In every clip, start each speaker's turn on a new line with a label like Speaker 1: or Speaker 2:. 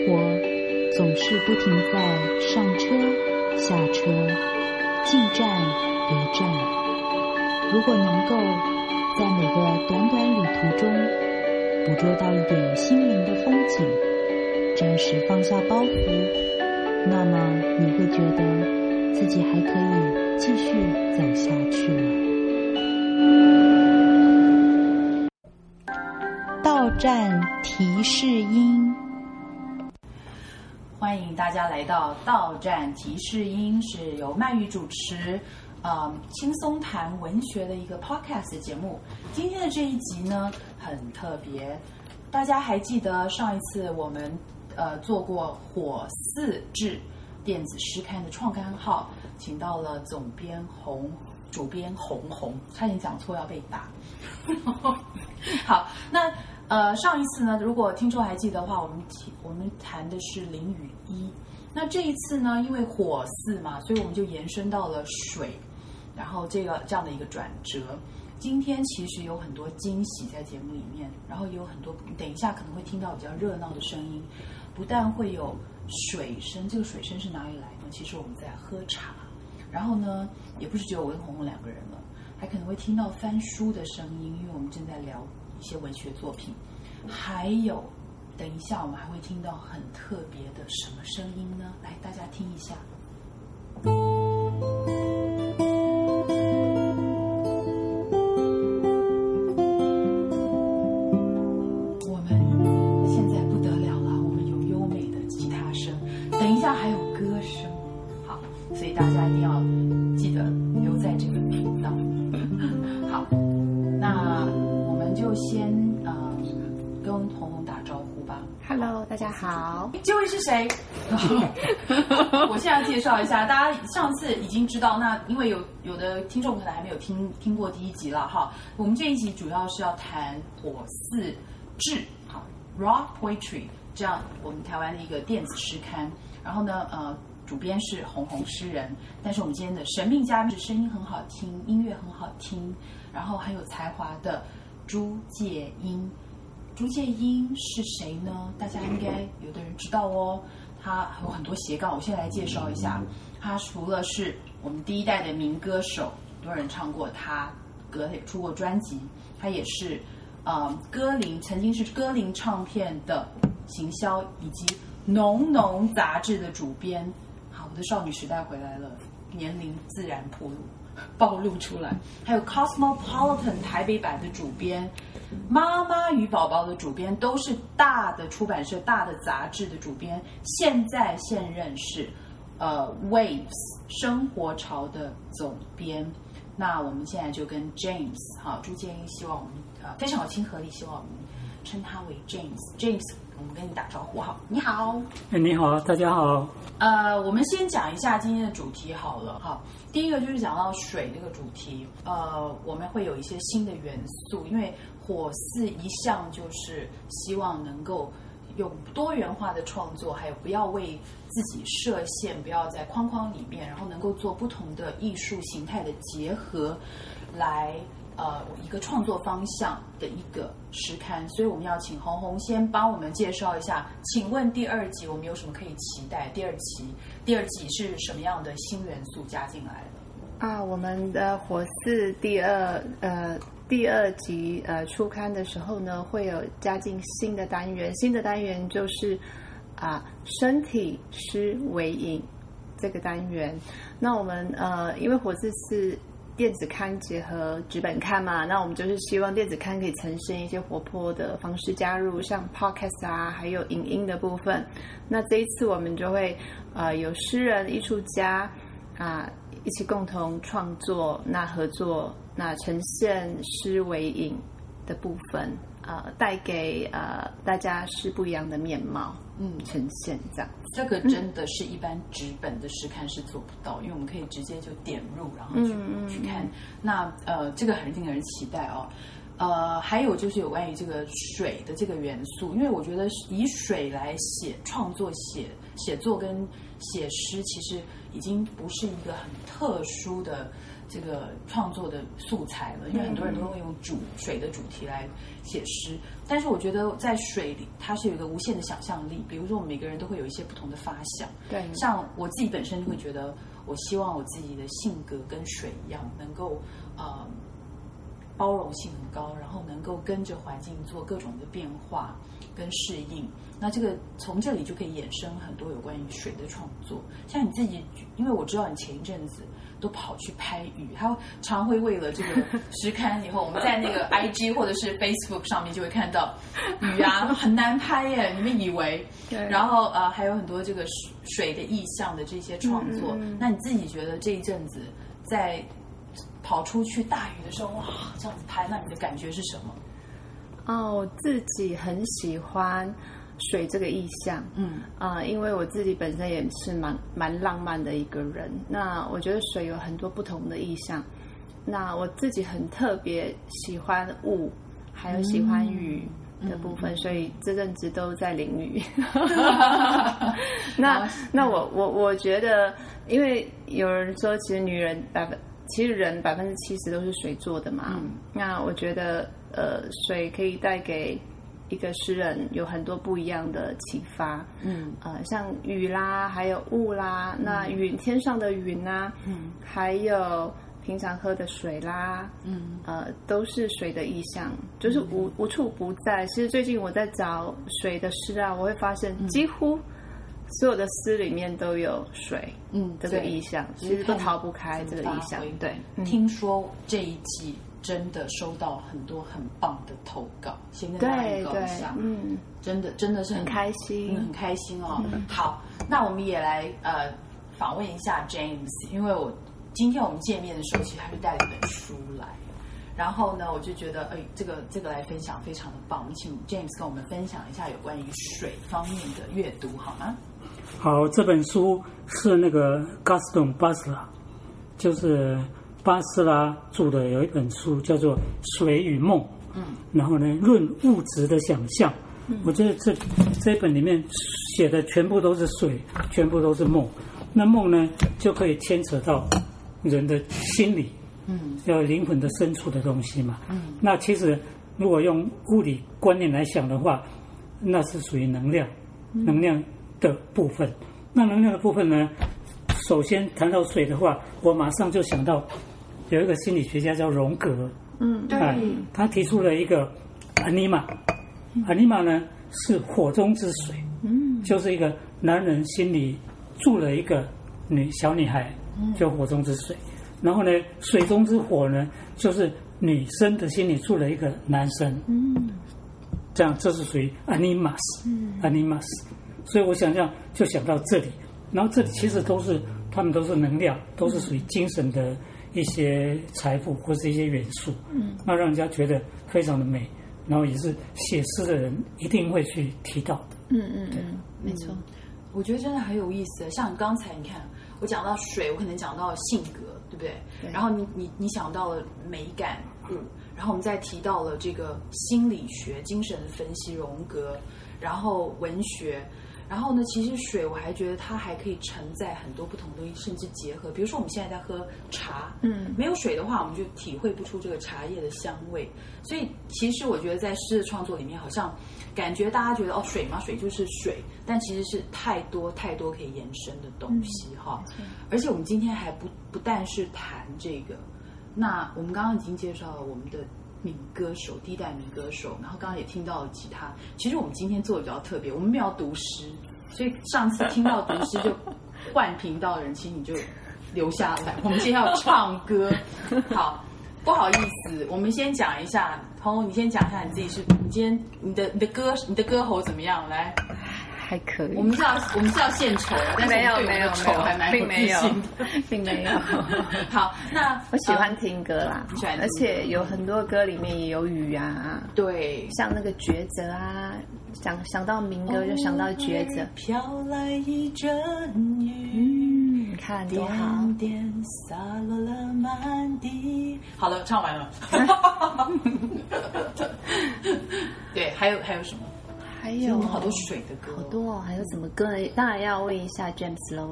Speaker 1: 活总是不停在上车、下车、进站、离站。如果能够在每个短短旅途中捕捉到一点心灵的风景，暂时放下包袱，那么你会觉得自己还可以继续走下去了。到站提示音，
Speaker 2: 欢迎大家来到到站提示音，是由曼玉主持轻松谈文学的一个 podcast 节目。今天的这一集呢很特别，大家还记得上一次我们做过火四志电子诗刊的创刊号，请到了总编主编红，差点讲错要被打。好，那上一次呢，如果听众还记得的话，我们谈的是淋雨衣。那这一次呢，因为火四嘛，所以我们就延伸到了水，然后这样的一个转折。今天其实有很多惊喜在节目里面，然后也有很多等一下可能会听到比较热闹的声音。不但会有水声，这个水声是哪里来呢？其实我们在喝茶，然后呢，也不是只有我跟红两个人了，还可能会听到翻书的声音，因为我们正在聊一些文学作品。还有，等一下我们还会听到很特别的什么声音呢？来，大家听一下。我们现在不得了了，我们有优美的吉他声，等一下还有歌声。好，所以大家一定要记得留在这个频道。好，那我们就先跟红打招呼吧。
Speaker 3: Hello， 大家好。
Speaker 2: 这位是谁？我现在介绍一下，大家上次已经知道，那因为有的听众可能还没有听过第一集了哈。我们这一集主要是要谈火四志，好 ，Raw Poetry 这样我们台湾的一个电子诗刊。然后呢，主编是红诗人，但是我们今天的神秘嘉宾是声音很好听，音乐很好听，然后很有才华的朱介英。朱介英是谁呢？大家应该有的人知道哦，他有很多斜杠，我先来介绍一下。他除了是我们第一代的民歌手，很多人唱过他歌，也出过专辑。他也是曾经是歌林唱片的行销以及浓杂志的主编。好，我的少女时代回来了，年龄自然暴露出来。还有 Cosmopolitan 台北版的主编，妈妈与宝宝的主编，都是大的出版社、大的杂志的主编。现任是Waves 生活潮的总编。那我们现在就跟 James 哈朱介英，希望我们非常有亲和力，希望我们称他为 James。我们跟你打招呼好，你好。
Speaker 4: 你好，大家好。
Speaker 2: 我们先讲一下今天的主题好了哈。第一个就是讲到水这个主题，我们会有一些新的元素，因为火四一向就是希望能够用多元化的创作，还有不要为自己设限，不要在框框里面，然后能够做不同的艺术形态的结合，来一个创作方向的一个诗刊。所以我们要请红先帮我们介绍一下，请问第二集我们有什么可以期待？第二集是什么样的新元素加进来的？
Speaker 3: 我们的火四第二集出刊的时候呢，会有加进新的单元就是身体诗为引这个单元。那我们因为火四是电子刊结合纸本刊嘛，那我们就是希望电子刊可以呈现一些活泼的方式加入，像 podcast 还有影音的部分。那这一次我们就会有诗人、艺术家一起共同创作，那合作，那呈现诗为引的部分，带给大家是不一样的面貌，呈现这样。
Speaker 2: 这个真的是一般纸本的诗刊是做不到，因为我们可以直接就点入，然后去看。那这个很令人期待哦。 还有就是有关于这个水的这个元素，因为我觉得以水来创作写作跟写诗，其实已经不是一个很特殊的这个创作的素材了，因为很多人都会用水的主题来写诗，但是我觉得在水里它是有一个无限的想象力，比如说我们每个人都会有一些不同的发想，
Speaker 3: 对，
Speaker 2: 像我自己本身会觉得，我希望我自己的性格跟水一样，能够包容性很高，然后能够跟着环境做各种的变化跟适应。那这个从这里就可以衍生很多有关于水的创作。像你自己，因为我知道你前一阵子都跑去拍鱼，还常会为了这个诗刊，以后我们在那个 IG 或者是 Facebook 上面就会看到鱼啊，很难拍耶，你们以为？对。然后还有很多这个水的意象的这些创作。那你自己觉得这一阵子在跑出去大雨的时候，哇，这样子拍，那你的感觉是什么？
Speaker 3: 我自己很喜欢水这个意象，因为我自己本身也是蛮浪漫的一个人。那我觉得水有很多不同的意象，那我自己很特别喜欢雾，还有喜欢雨的部分，所以这阵子都在淋雨。那我觉得，因为有人说，其实人70%都是水做的嘛。那我觉得，水可以带给一个诗人有很多不一样的启发。像雨啦，还有雾啦，那天上的云啦，还有平常喝的水啦，都是水的意象，就是无处不在。其实最近我在找水的诗啊，我会发现几乎所有的诗里面都有水，这个意象，其实都逃不开这个意象。对，
Speaker 2: 听说这一季真的收到很多很棒的投稿，先跟大家预告一下，真的是
Speaker 3: 很开心，
Speaker 2: 很开心哦。好，那我们也来访问一下 James， 因为今天我们见面的时候，其实他就带了一本书来。然后呢，我就觉得，这个来分享非常的棒。我们请 James 跟我们分享一下有关于水方面的阅读，好吗？
Speaker 4: 好，这本书是那个 Gaston Bachelard， 就是巴斯拉著的，有一本书叫做《水与梦》。然后呢，论物质的想象。我觉得这一本里面写的全部都是水，全部都是梦。那梦呢，就可以牵扯到人的心理。要灵魂的深处的东西嘛。那其实如果用物理观念来想的话，那是属于能量的部分。那能量的部分呢，首先谈到水的话，我马上就想到有一个心理学家叫荣格。对，他提出了一个 anima 呢是火中之水。就是一个男人心里住了一个小女孩，叫火中之水。然后呢，水中之火呢，就是女生的心里住了一个男生。这样这是属于 animus。所以我想就想到这里，然后这里其实他们都是能量，都是属于精神的一些财富或是一些元素。那让人家觉得非常的美，然后也是写诗的人一定会去提到的。
Speaker 3: 对，没错。
Speaker 2: 我觉得真的很有意思。像刚才你看，我讲到水，我可能讲到了性格，对不对？然后你想到了美感物，然后我们再提到了这个心理学、精神的分析，荣格，然后文学，然后呢，其实水我还觉得它还可以承载很多不同的东西，甚至结合。比如说我们现在在喝茶，没有水的话，我们就体会不出这个茶叶的香味。所以其实我觉得在诗的创作里面，好像感觉大家觉得水嘛，水就是水，但其实是太多太多可以延伸的东西哈。而且我们今天还不但是谈这个，那我们刚刚已经介绍了我们的民歌手，第一代民歌手，然后刚刚也听到了吉他。其实我们今天做的比较特别，我们没有读诗，所以上次听到读诗就换频道的人，其实你就留下来。我们今天要唱歌，好。不好意思，我们先讲一下，朋友，你先讲一下你自己你今天你的歌喉怎么样？来，
Speaker 3: 还可以。
Speaker 2: 我们是要献丑，但是
Speaker 3: 没有，
Speaker 2: 还蛮有自信的，
Speaker 3: 并没有。
Speaker 2: 好，那
Speaker 3: 我喜欢听歌啦，而且有很多歌里面也有雨啊，
Speaker 2: 对，
Speaker 3: 像那个抉择啊，想到民歌就想到抉择。
Speaker 2: 飘来一阵雨，
Speaker 3: 你看多好，
Speaker 2: 点点洒落了满地。好了，唱完了。对，还有什么？
Speaker 3: 还有
Speaker 2: 好多水的歌，
Speaker 3: 好多哦。还有什么歌呢？当然要问一下 James Low。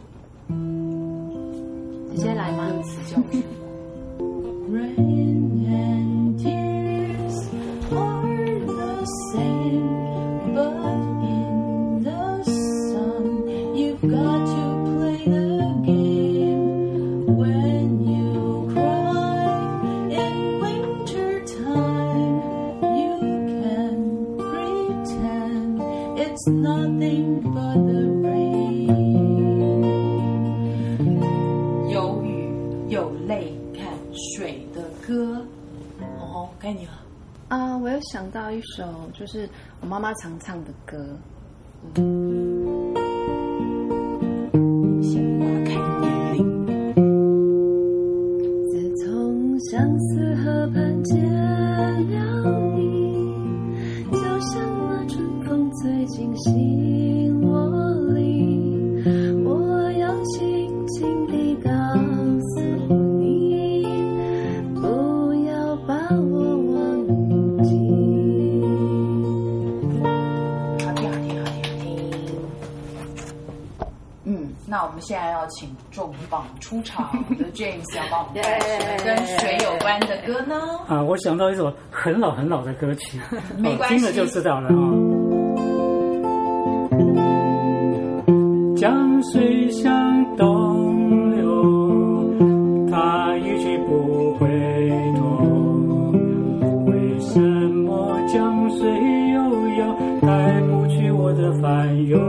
Speaker 3: 直接来吗？
Speaker 2: 歌词叫什么 ？Rain and tears are the same, but in the sun you've got to play the game. When you cry in winter time, you can pretend it's nothing but the rain. 有雨有泪，看水的歌。哦，该你了。
Speaker 3: 我有想到一首，就是我妈妈常唱的歌。
Speaker 2: 先拉开年龄。
Speaker 3: 自从相思河畔见了你，就像那春风吹进心窝里，我要轻轻地告诉你，不要把我忘记。
Speaker 2: 好听，好听，好听，好听。那我们现在要请重磅出场的 James 要帮我们带什么跟水有关的歌呢？
Speaker 4: 我想到一首很老很老的歌曲，
Speaker 2: 没关系，
Speaker 4: 听了就知道了啊。江水向东流，它一去不回头。为什么江水悠悠，带不去我的烦忧？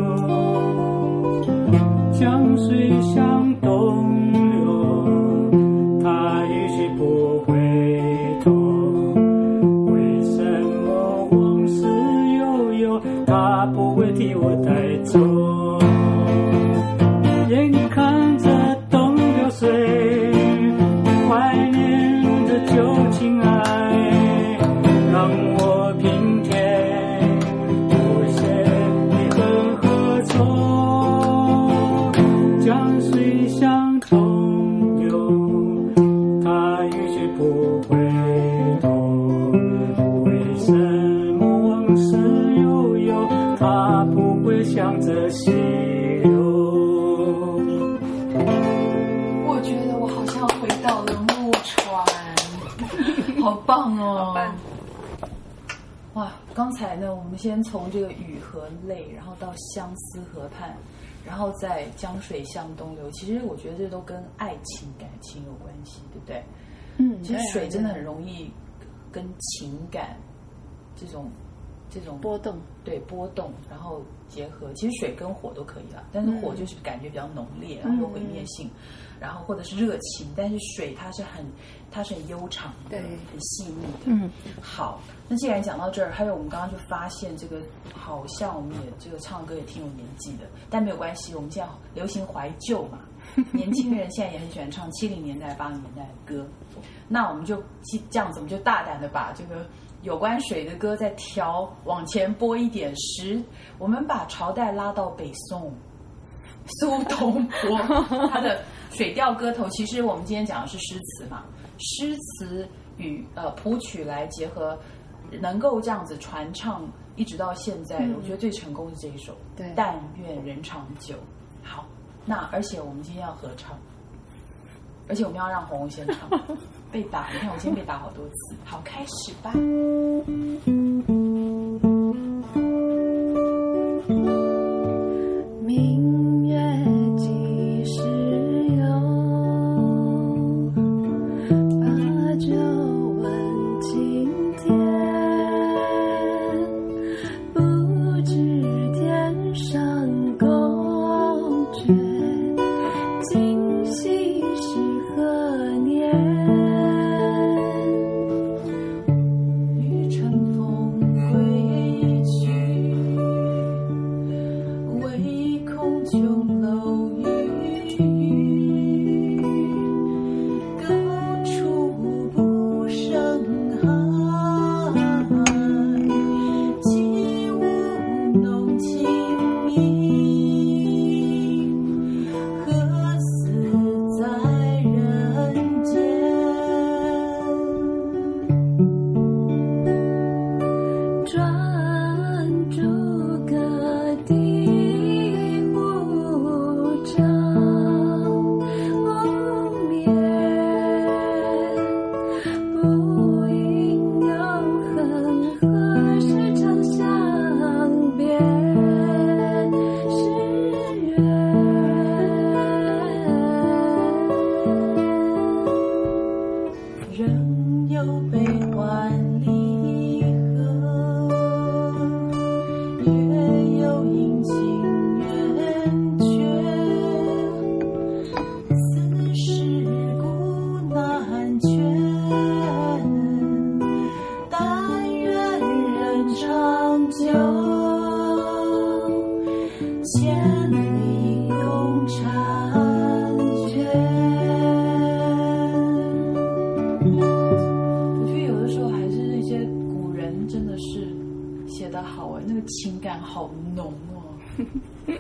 Speaker 4: 江水向东流，它一去不回头。为什么往事悠悠，它不会替我带走？眼看着东流水，怀念着旧情爱，让我平添无限的恨和愁。江水向东流，它一去不回头。为什么往事悠悠，它不会向着溪流？
Speaker 2: 我觉得我好像回到了木船，好棒哦！
Speaker 3: 好棒！
Speaker 2: 哇，刚才呢，我们先从这个雨和泪，然后到相思河畔，然后再江水向东流。其实我觉得这都跟爱情、感情有关系，对不对？其实水真的很容易跟情感这种
Speaker 3: 波动，
Speaker 2: 对波动，然后结合。其实水跟火都可以啦，但是火就是感觉比较浓烈，然后有毁灭性，然后或者是热情，但是水它是很悠长的，很细腻的。好，那既然讲到这儿，还有我们刚刚就发现这个好像我们也这个唱歌也挺有年纪的，但没有关系，我们现在流行怀旧嘛，年轻人现在也很喜欢唱70年代、80年代的歌。那我们就这样子，我们就大胆的把这个有关水的歌再往前拨一点时，我们把朝代拉到北宋，苏东坡他的水调歌头。其实我们今天讲的是诗词嘛，诗词与谱曲来结合，能够这样子传唱一直到现在的，我觉得最成功是这一首《但愿人长久》。好，那而且我们今天要合唱，而且我们要让红红先唱。被打，你看我今天被打好多次。好，开始吧。
Speaker 3: 明月几时有，把酒问青天。不知天上宫阙，今夕是何年？
Speaker 2: 雨成风
Speaker 1: 千里共婵娟。
Speaker 2: 我觉得有的时候还是那些古人真的是写得好哎，那个情感好浓哦。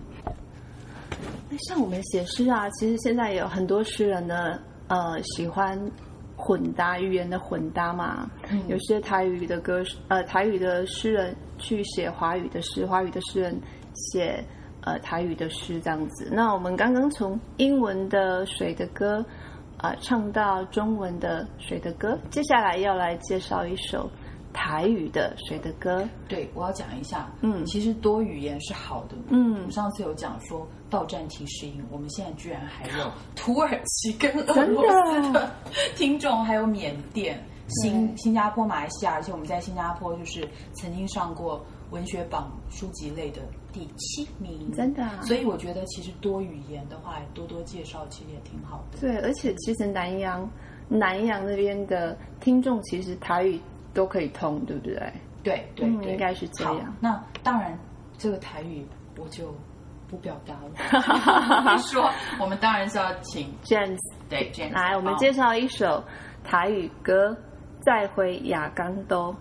Speaker 3: 像我们写诗啊，其实现在有很多诗人呢，喜欢混搭语言的混搭嘛。有些台语的台语的诗人去写华语的诗，华语的诗人写台语的诗这样子。那我们刚刚从英文的水的歌唱到中文的水的歌，接下来要来介绍一首台语的水的歌。
Speaker 2: 对，我要讲一下，其实多语言是好的，我们上次有讲说到站提示音，我们现在居然还有土耳其跟俄罗斯的听众，还有缅甸、新加坡、马来西亚，而且我们在新加坡就是曾经上过文学榜书籍类的第7名，
Speaker 3: 真的啊。
Speaker 2: 所以我觉得其实多语言的话，多多介绍其实也挺好的。
Speaker 3: 对，而且其实南洋那边的听众其实台语都可以通，对不对？
Speaker 2: 对，
Speaker 3: 应该是这样。
Speaker 2: 那当然，这个台语我就不表达了。说我们当然是要请
Speaker 3: James，
Speaker 2: 对 James
Speaker 3: 来，我们介绍一首台语歌《再回亚港都》。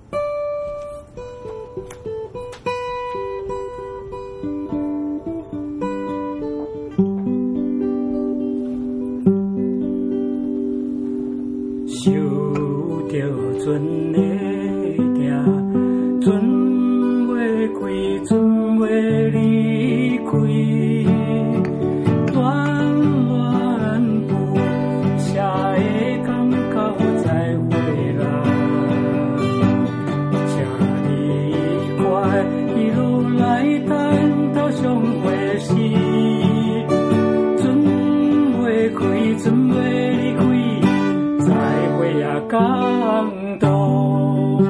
Speaker 4: 受着船的定，船袂开，船袂离开，短乱步，车的港口再回来，请你快一路来等到上回时，船袂开，船袂离开，再回呀港都。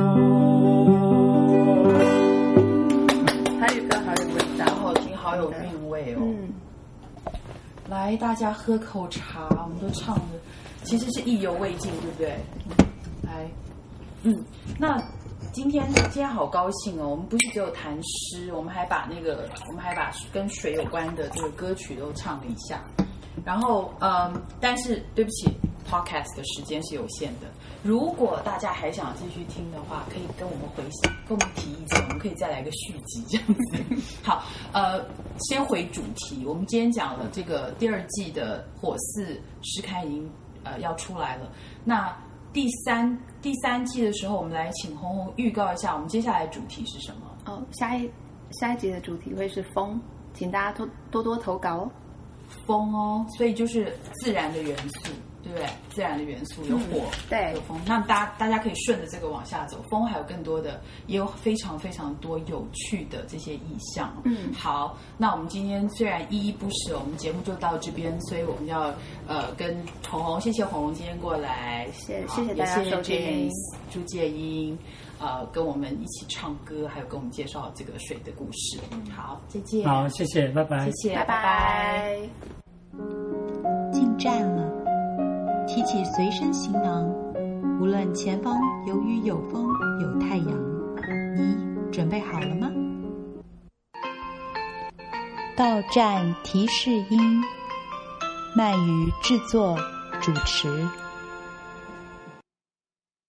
Speaker 3: 台语歌好有味道，
Speaker 2: 好听，好有韵味哦。来，大家喝口茶，我们都唱的其实是意犹未尽，对不对？来，那今天好高兴哦，我们不是只有谈诗，我们还把跟水有关的这个歌曲都唱了一下。然后但是对不起 ，podcast 的时间是有限的。如果大家还想继续听的话，可以跟我们提意见，我们可以再来个续集这样子。好，先回主题，我们今天讲了这个第2季的火4诗刊已经要出来了。那第三季的时候，我们来请红红预告一下，我们接下来的主题是什么？
Speaker 3: 下一集的主题会是风，请大家多多投稿哦。
Speaker 2: 风哦，所以就是自然的元素，对不对？自然的元素有火，
Speaker 3: 对，
Speaker 2: 有风。那大家可以顺着这个往下走，风还有更多的，也有非常非常多有趣的这些意象。好，那我们今天虽然依依不舍，我们节目就到这边，所以我们要跟红红，谢谢红红今天过来，
Speaker 3: 谢谢大家收听，
Speaker 2: 也谢谢 James 朱介英。跟我们一起唱歌，还有跟我们介绍这个水的故事。好，再见。
Speaker 4: 好，谢谢，拜拜。
Speaker 2: 谢谢，
Speaker 3: 拜拜。
Speaker 1: 进站了，提起随身行囊，无论前方有雨有风有太阳，你准备好了吗？到站提示音，漫语制作主持。